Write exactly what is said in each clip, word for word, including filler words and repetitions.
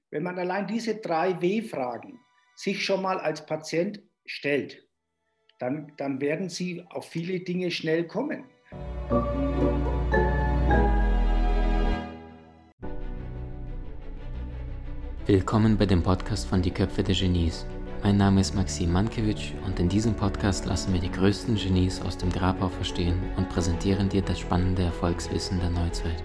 Wenn man allein diese drei W-Fragen sich schon mal als Patient stellt, dann, dann werden Sie auf viele Dinge schnell kommen. Willkommen bei dem Podcast von Die Köpfe der Genies. Mein Name ist Maxim Mankewitsch und in diesem Podcast lassen wir die größten Genies aus dem Grabau verstehen und präsentieren dir das spannende Erfolgswissen der Neuzeit.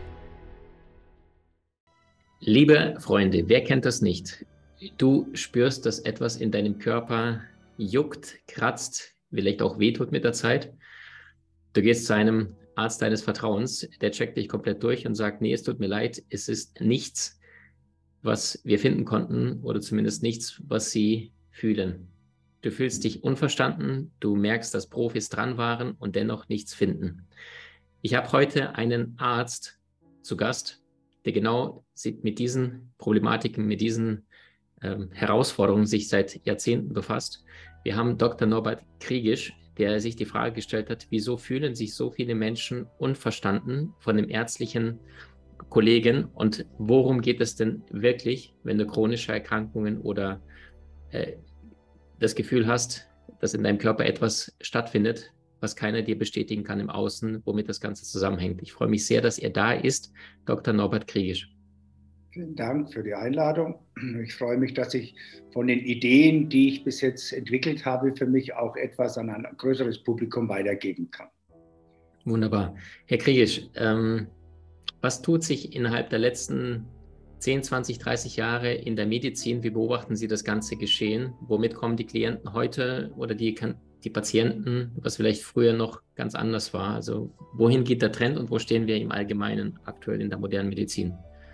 Liebe Freunde, wer kennt das nicht? Du spürst, dass etwas in deinem Körper juckt, kratzt, vielleicht auch wehtut mit der Zeit. Du gehst zu einem Arzt deines Vertrauens, der checkt dich komplett durch und sagt, nee, es tut mir leid, es ist nichts, was wir finden konnten oder zumindest nichts, was sie fühlen. Du fühlst dich unverstanden, du merkst, dass Profis dran waren und dennoch nichts finden. Ich habe heute einen Arzt zu Gast, der genau mit diesen Problematiken, mit diesen ähm, Herausforderungen sich seit Jahrzehnten befasst. Wir haben Doktor Norbert Kriegisch, der sich die Frage gestellt hat, wieso fühlen sich so viele Menschen unverstanden von dem ärztlichen Kollegen und worum geht es denn wirklich, wenn du chronische Erkrankungen oder äh, das Gefühl hast, dass in deinem Körper etwas stattfindet, was keiner dir bestätigen kann im Außen, womit das Ganze zusammenhängt. Ich freue mich sehr, dass er da ist, Doktor Norbert Kriegisch. Vielen Dank für die Einladung. Ich freue mich, dass ich von den Ideen, die ich bis jetzt entwickelt habe, für mich auch etwas an ein größeres Publikum weitergeben kann. Wunderbar. Herr Kriegisch, ähm, was tut sich innerhalb der letzten zehn, zwanzig, dreißig Jahre in der Medizin? Wie beobachten Sie das ganze Geschehen? Womit kommen die Klienten heute oder die, die Patienten, was vielleicht früher noch ganz anders war? Also wohin geht der Trend und wo stehen wir im Allgemeinen aktuell in der modernen Medizin?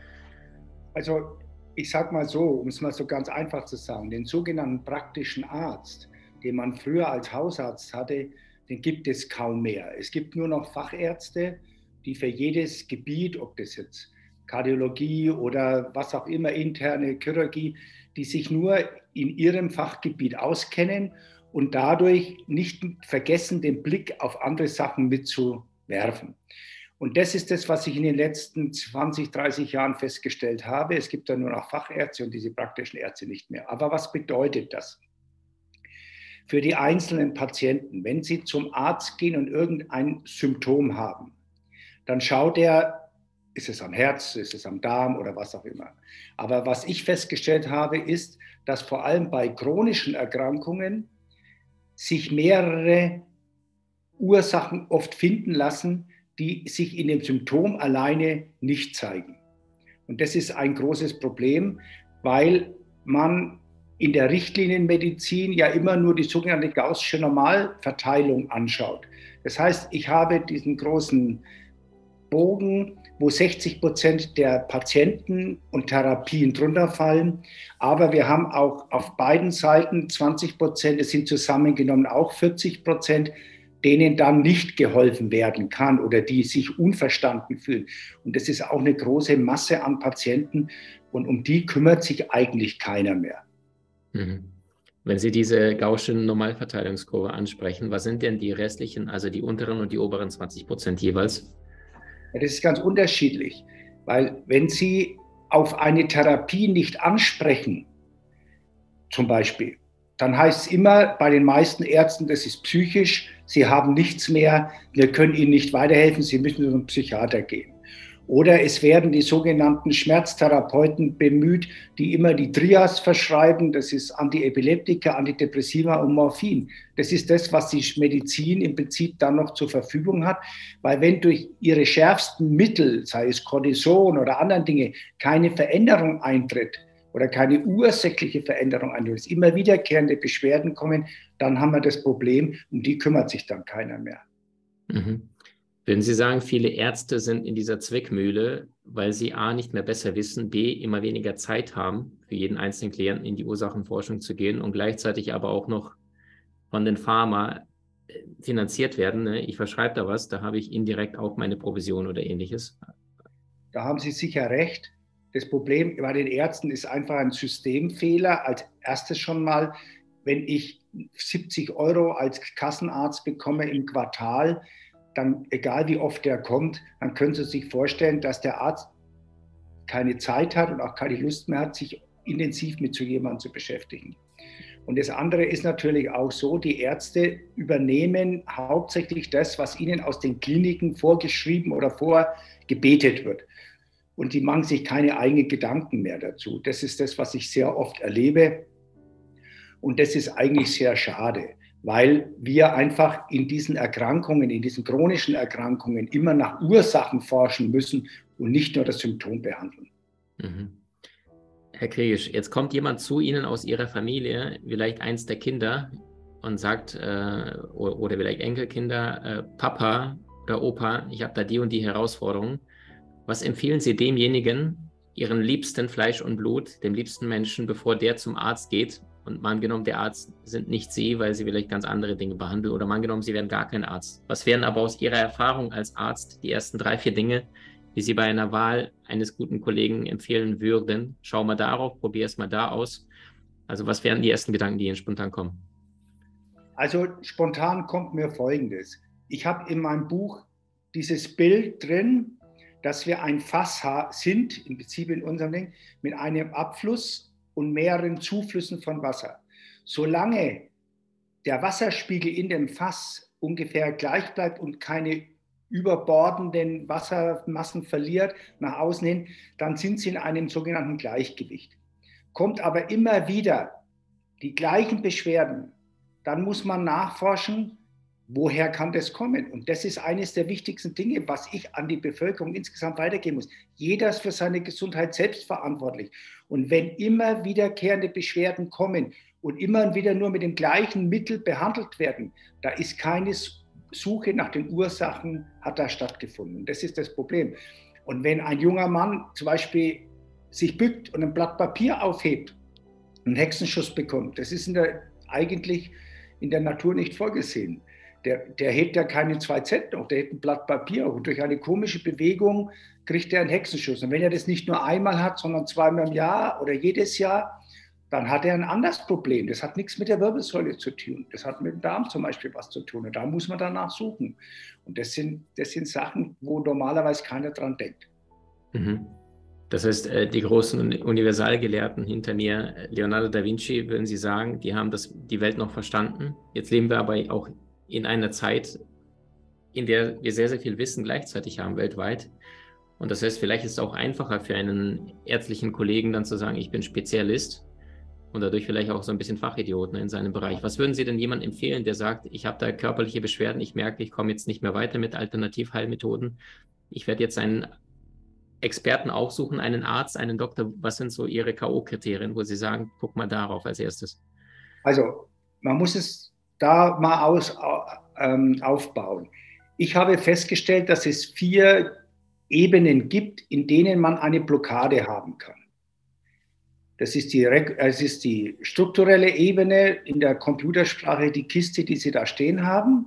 Also ich sage mal so, um es mal so ganz einfach zu sagen, den sogenannten praktischen Arzt, den man früher als Hausarzt hatte, den gibt es kaum mehr. Es gibt nur noch Fachärzte, die für jedes Gebiet, ob das jetzt Kardiologie oder was auch immer, interne Chirurgie, die sich nur in ihrem Fachgebiet auskennen und dadurch nicht vergessen, den Blick auf andere Sachen mitzuwerfen. Und das ist das, was ich in den letzten zwanzig, dreißig Jahren festgestellt habe. Es gibt da nur noch Fachärzte und diese praktischen Ärzte nicht mehr. Aber was bedeutet das für die einzelnen Patienten? Wenn sie zum Arzt gehen und irgendein Symptom haben, dann schaut er, ist es am Herz, ist es am Darm oder was auch immer. Aber was ich festgestellt habe, ist, dass vor allem bei chronischen Erkrankungen sich mehrere Ursachen oft finden lassen, die sich in dem Symptom alleine nicht zeigen. Und das ist ein großes Problem, weil man in der Richtlinienmedizin ja immer nur die sogenannte Gaußsche Normalverteilung anschaut. Das heißt, ich habe diesen großen Bogen, wo sechzig Prozent der Patienten und Therapien drunter fallen. Aber wir haben auch auf beiden Seiten zwanzig Prozent, es sind zusammengenommen auch vierzig Prozent, denen dann nicht geholfen werden kann oder die sich unverstanden fühlen. Und das ist auch eine große Masse an Patienten und um die kümmert sich eigentlich keiner mehr. Mhm. Wenn Sie diese Gaußsche Normalverteilungskurve ansprechen, was sind denn die restlichen, also die unteren und die oberen zwanzig Prozent jeweils? Ja, das ist ganz unterschiedlich, weil wenn Sie auf eine Therapie nicht ansprechen, zum Beispiel, dann heißt es immer bei den meisten Ärzten, das ist psychisch, sie haben nichts mehr, wir können ihnen nicht weiterhelfen, sie müssen zu einem Psychiater gehen. Oder es werden die sogenannten Schmerztherapeuten bemüht, die immer die Trias verschreiben, das ist Antiepileptika, Antidepressiva und Morphin. Das ist das, was die Medizin im Prinzip dann noch zur Verfügung hat, weil wenn durch ihre schärfsten Mittel, sei es Cortison oder anderen Dinge, keine Veränderung eintritt, oder keine ursächliche Veränderung eintritt, dass immer wiederkehrende Beschwerden kommen, dann haben wir das Problem, um die kümmert sich dann keiner mehr. Mhm. Würden Sie sagen, viele Ärzte sind in dieser Zwickmühle, weil sie A, nicht mehr besser wissen, B, immer weniger Zeit haben, für jeden einzelnen Klienten in die Ursachenforschung zu gehen und gleichzeitig aber auch noch von den Pharma finanziert werden? Ne? Ich verschreibe da was, da habe ich indirekt auch meine Provision oder ähnliches. Da haben Sie sicher recht. Das Problem bei den Ärzten ist einfach ein Systemfehler. Als erstes schon mal, wenn ich siebzig Euro als Kassenarzt bekomme im Quartal, dann egal wie oft der kommt, dann können Sie sich vorstellen, dass der Arzt keine Zeit hat und auch keine Lust mehr hat, sich intensiv mit so jemandem zu beschäftigen. Und das andere ist natürlich auch so, die Ärzte übernehmen hauptsächlich das, was ihnen aus den Kliniken vorgeschrieben oder vorgebetet wird. Und die machen sich keine eigenen Gedanken mehr dazu. Das ist das, was ich sehr oft erlebe. Und das ist eigentlich sehr schade, weil wir einfach in diesen Erkrankungen, in diesen chronischen Erkrankungen immer nach Ursachen forschen müssen und nicht nur das Symptom behandeln. Mhm. Herr Kriegisch, jetzt kommt jemand zu Ihnen aus Ihrer Familie, vielleicht eins der Kinder, und sagt, äh, oder vielleicht Enkelkinder, äh, Papa oder Opa, ich habe da die und die Herausforderung. Was empfehlen Sie demjenigen, Ihren liebsten Fleisch und Blut, dem liebsten Menschen, bevor der zum Arzt geht? Und mal angenommen, der Arzt sind nicht Sie, weil Sie vielleicht ganz andere Dinge behandeln, oder mal angenommen, Sie werden gar kein Arzt. Was wären aber aus Ihrer Erfahrung als Arzt die ersten drei, vier Dinge, die Sie bei einer Wahl eines guten Kollegen empfehlen würden? Schau mal darauf, probier es mal da aus. Also was wären die ersten Gedanken, die Ihnen spontan kommen? Also spontan kommt mir Folgendes. Ich habe in meinem Buch dieses Bild drin, dass wir ein Fass sind, im Prinzip in unserem Ding, mit einem Abfluss und mehreren Zuflüssen von Wasser. Solange der Wasserspiegel in dem Fass ungefähr gleich bleibt und keine überbordenden Wassermassen verliert nach außen hin, dann sind sie in einem sogenannten Gleichgewicht. Kommt aber immer wieder die gleichen Beschwerden, dann muss man nachforschen, woher kann das kommen? Und das ist eines der wichtigsten Dinge, was ich an die Bevölkerung insgesamt weitergeben muss. Jeder ist für seine Gesundheit selbst verantwortlich. Und wenn immer wiederkehrende Beschwerden kommen und immer wieder nur mit dem gleichen Mittel behandelt werden, da ist keine Suche nach den Ursachen, hat da stattgefunden. Das ist das Problem. Und wenn ein junger Mann zum Beispiel sich bückt und ein Blatt Papier aufhebt, einen Hexenschuss bekommt, das ist in der, eigentlich in der Natur nicht vorgesehen. Der, der hebt ja keine zwei Cent noch, der hebt ein Blatt Papier auf. Und durch eine komische Bewegung kriegt er einen Hexenschuss. Und wenn er das nicht nur einmal hat, sondern zweimal im Jahr oder jedes Jahr, dann hat er ein anderes Problem. Das hat nichts mit der Wirbelsäule zu tun. Das hat mit dem Darm zum Beispiel was zu tun. Und da muss man danach suchen. Und das sind, das sind Sachen, wo normalerweise keiner dran denkt. Mhm. Das heißt, die großen Universalgelehrten hinter mir, Leonardo da Vinci, würden Sie sagen, die haben das, die Welt noch verstanden. Jetzt leben wir aber auch in einer Zeit, in der wir sehr, sehr viel Wissen gleichzeitig haben weltweit. Und das heißt, vielleicht ist es auch einfacher für einen ärztlichen Kollegen dann zu sagen, ich bin Spezialist und dadurch vielleicht auch so ein bisschen Fachidiot, ne, in seinem Bereich. Was würden Sie denn jemandem empfehlen, der sagt, ich habe da körperliche Beschwerden, ich merke, ich komme jetzt nicht mehr weiter mit Alternativheilmethoden. Ich werde jetzt einen Experten aufsuchen, einen Arzt, einen Doktor. Was sind so Ihre K O-Kriterien, wo Sie sagen, guck mal darauf als erstes? Also man muss es da mal aus, ähm, aufbauen. Ich habe festgestellt, dass es vier Ebenen gibt, in denen man eine Blockade haben kann. Das ist die, es ist die strukturelle Ebene, in der Computersprache die Kiste, die Sie da stehen haben.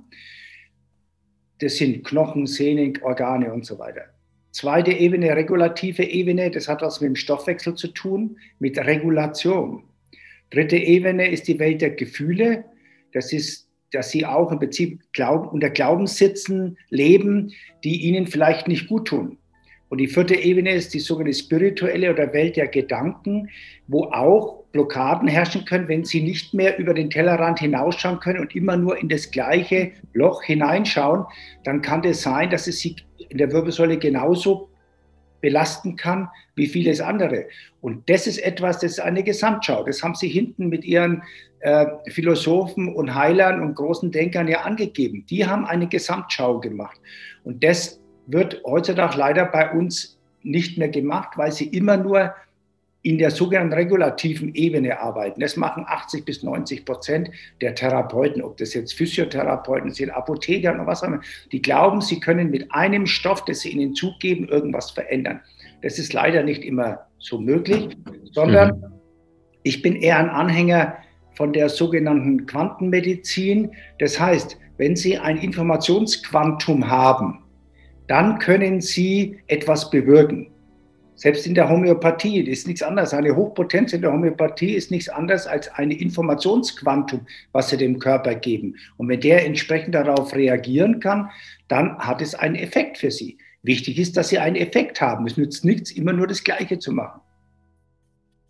Das sind Knochen, Sehnen, Organe und so weiter. Zweite Ebene, regulative Ebene, das hat was mit dem Stoffwechsel zu tun, mit Regulation. Dritte Ebene ist die Welt der Gefühle. Das ist, dass Sie auch im Prinzip glauben, unter Glaubenssitzen leben, die Ihnen vielleicht nicht gut tun. Und die vierte Ebene ist die sogenannte spirituelle oder Welt der Gedanken, wo auch Blockaden herrschen können, wenn Sie nicht mehr über den Tellerrand hinausschauen können und immer nur in das gleiche Loch hineinschauen, dann kann es sein, dass es Sie in der Wirbelsäule genauso belasten kann wie vieles andere. Und das ist etwas, das ist eine Gesamtschau. Das haben Sie hinten mit Ihren äh, Philosophen und Heilern und großen Denkern ja angegeben. Die haben eine Gesamtschau gemacht. Und das wird heutzutage leider bei uns nicht mehr gemacht, weil sie immer nur in der sogenannten regulativen Ebene arbeiten. Das machen achtzig bis neunzig Prozent der Therapeuten, ob das jetzt Physiotherapeuten sind, Apotheker oder was auch immer. Die glauben, sie können mit einem Stoff, das sie ihnen zugeben, irgendwas verändern. Das ist leider nicht immer so möglich, sondern mhm. ich bin eher ein Anhänger von der sogenannten Quantenmedizin. Das heißt, wenn Sie ein Informationsquantum haben, dann können Sie etwas bewirken. Selbst in der Homöopathie ist nichts anderes. Eine Hochpotenz in der Homöopathie ist nichts anderes als ein Informationsquantum, was Sie dem Körper geben. Und wenn der entsprechend darauf reagieren kann, dann hat es einen Effekt für Sie. Wichtig ist, dass Sie einen Effekt haben. Es nützt nichts, immer nur das Gleiche zu machen.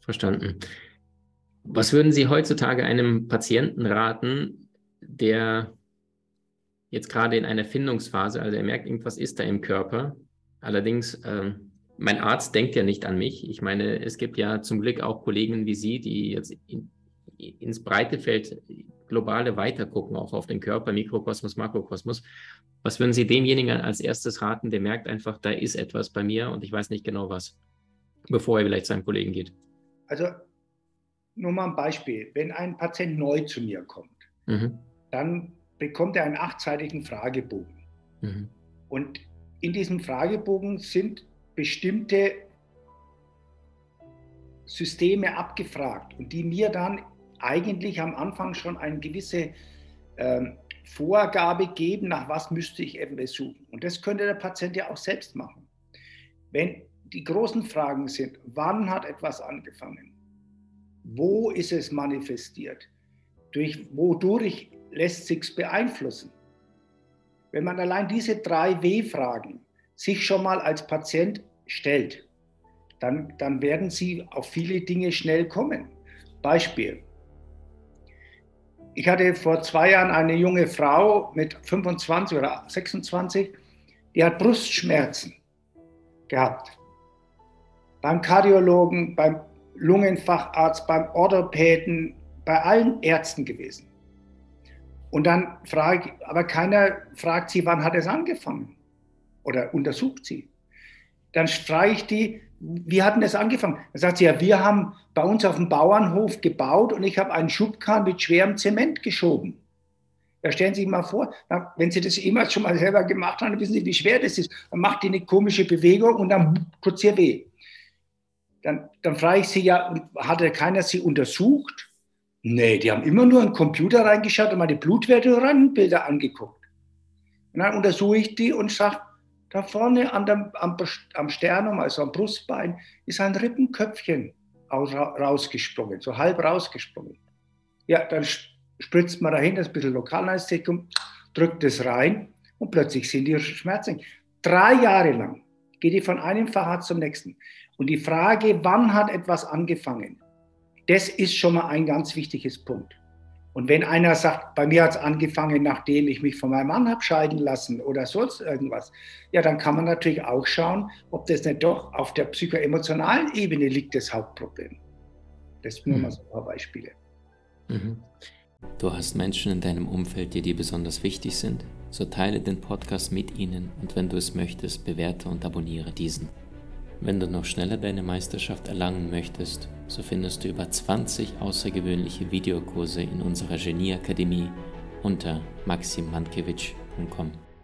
Verstanden. Was würden Sie heutzutage einem Patienten raten, der jetzt gerade in einer Findungsphase, also er merkt, irgendwas ist da im Körper. Allerdings, äh, mein Arzt denkt ja nicht an mich. Ich meine, es gibt ja zum Glück auch Kollegen wie Sie, die jetzt in, ins breite Feld globale weitergucken, auch auf den Körper, Mikrokosmos, Makrokosmos. Was würden Sie demjenigen als erstes raten, der merkt einfach, da ist etwas bei mir und ich weiß nicht genau was, bevor er vielleicht zu einem Kollegen geht? Also nur mal ein Beispiel. Wenn ein Patient neu zu mir kommt, mhm. dann bekommt er einen achtseitigen Fragebogen. Mhm. Und in diesem Fragebogen sind bestimmte Systeme abgefragt und die mir dann eigentlich am Anfang schon eine gewisse ähm, Vorgabe geben, nach was müsste ich eben suchen. Und das könnte der Patient ja auch selbst machen. Wenn die großen Fragen sind, wann hat etwas angefangen? Wo ist es manifestiert? Durch, wodurch lässt sich es beeinflussen? Wenn man allein diese drei W-Fragen sich schon mal als Patient stellt, dann, dann werden Sie auf viele Dinge schnell kommen. Beispiel. Ich hatte vor zwei Jahren eine junge Frau mit fünfundzwanzig oder sechsundzwanzig, die hat Brustschmerzen gehabt. Beim Kardiologen, beim Lungenfacharzt, beim Orthopäden, bei allen Ärzten gewesen. Und dann frage ich, aber keiner fragt sie, wann hat es angefangen? Oder untersucht sie. Dann frage ich die, wie hat denn das angefangen? Dann sagt sie, ja, wir haben bei uns auf dem Bauernhof gebaut und ich habe einen Schubkahn mit schwerem Zement geschoben. Da stellen Sie sich mal vor, wenn Sie das immer schon mal selber gemacht haben, dann wissen Sie, wie schwer das ist. Dann macht die eine komische Bewegung und dann tut es ihr weh. Dann, dann frage ich sie ja, hatte keiner sie untersucht? Nee, die haben immer nur in den Computer reingeschaut und mal die Blutwerte und Röntgenbilder angeguckt. Und dann untersuche ich die und sage, da vorne an dem, am, am Sternum, also am Brustbein, ist ein Rippenköpfchen rausgesprungen, so halb rausgesprungen. Ja, dann spritzt man dahin, das ist ein bisschen Lokalanästhetikum, drückt es rein und plötzlich sind die Schmerzen. Drei Jahre lang geht die von einem Facharzt zum nächsten. Und die Frage, wann hat etwas angefangen, das ist schon mal ein ganz wichtiges Punkt. Und wenn einer sagt, bei mir hat es angefangen, nachdem ich mich von meinem Mann habe scheiden lassen oder sonst irgendwas, ja, dann kann man natürlich auch schauen, ob das nicht doch auf der psychoemotionalen Ebene liegt, das Hauptproblem. Das sind nur mhm. mal so ein paar Beispiele. Mhm. Du hast Menschen in deinem Umfeld, die dir besonders wichtig sind, so teile den Podcast mit ihnen und wenn du es möchtest, bewerte und abonniere diesen. Wenn du noch schneller deine Meisterschaft erlangen möchtest, so findest du über zwanzig außergewöhnliche Videokurse in unserer Genieakademie unter maxim mankiewicz punkt com.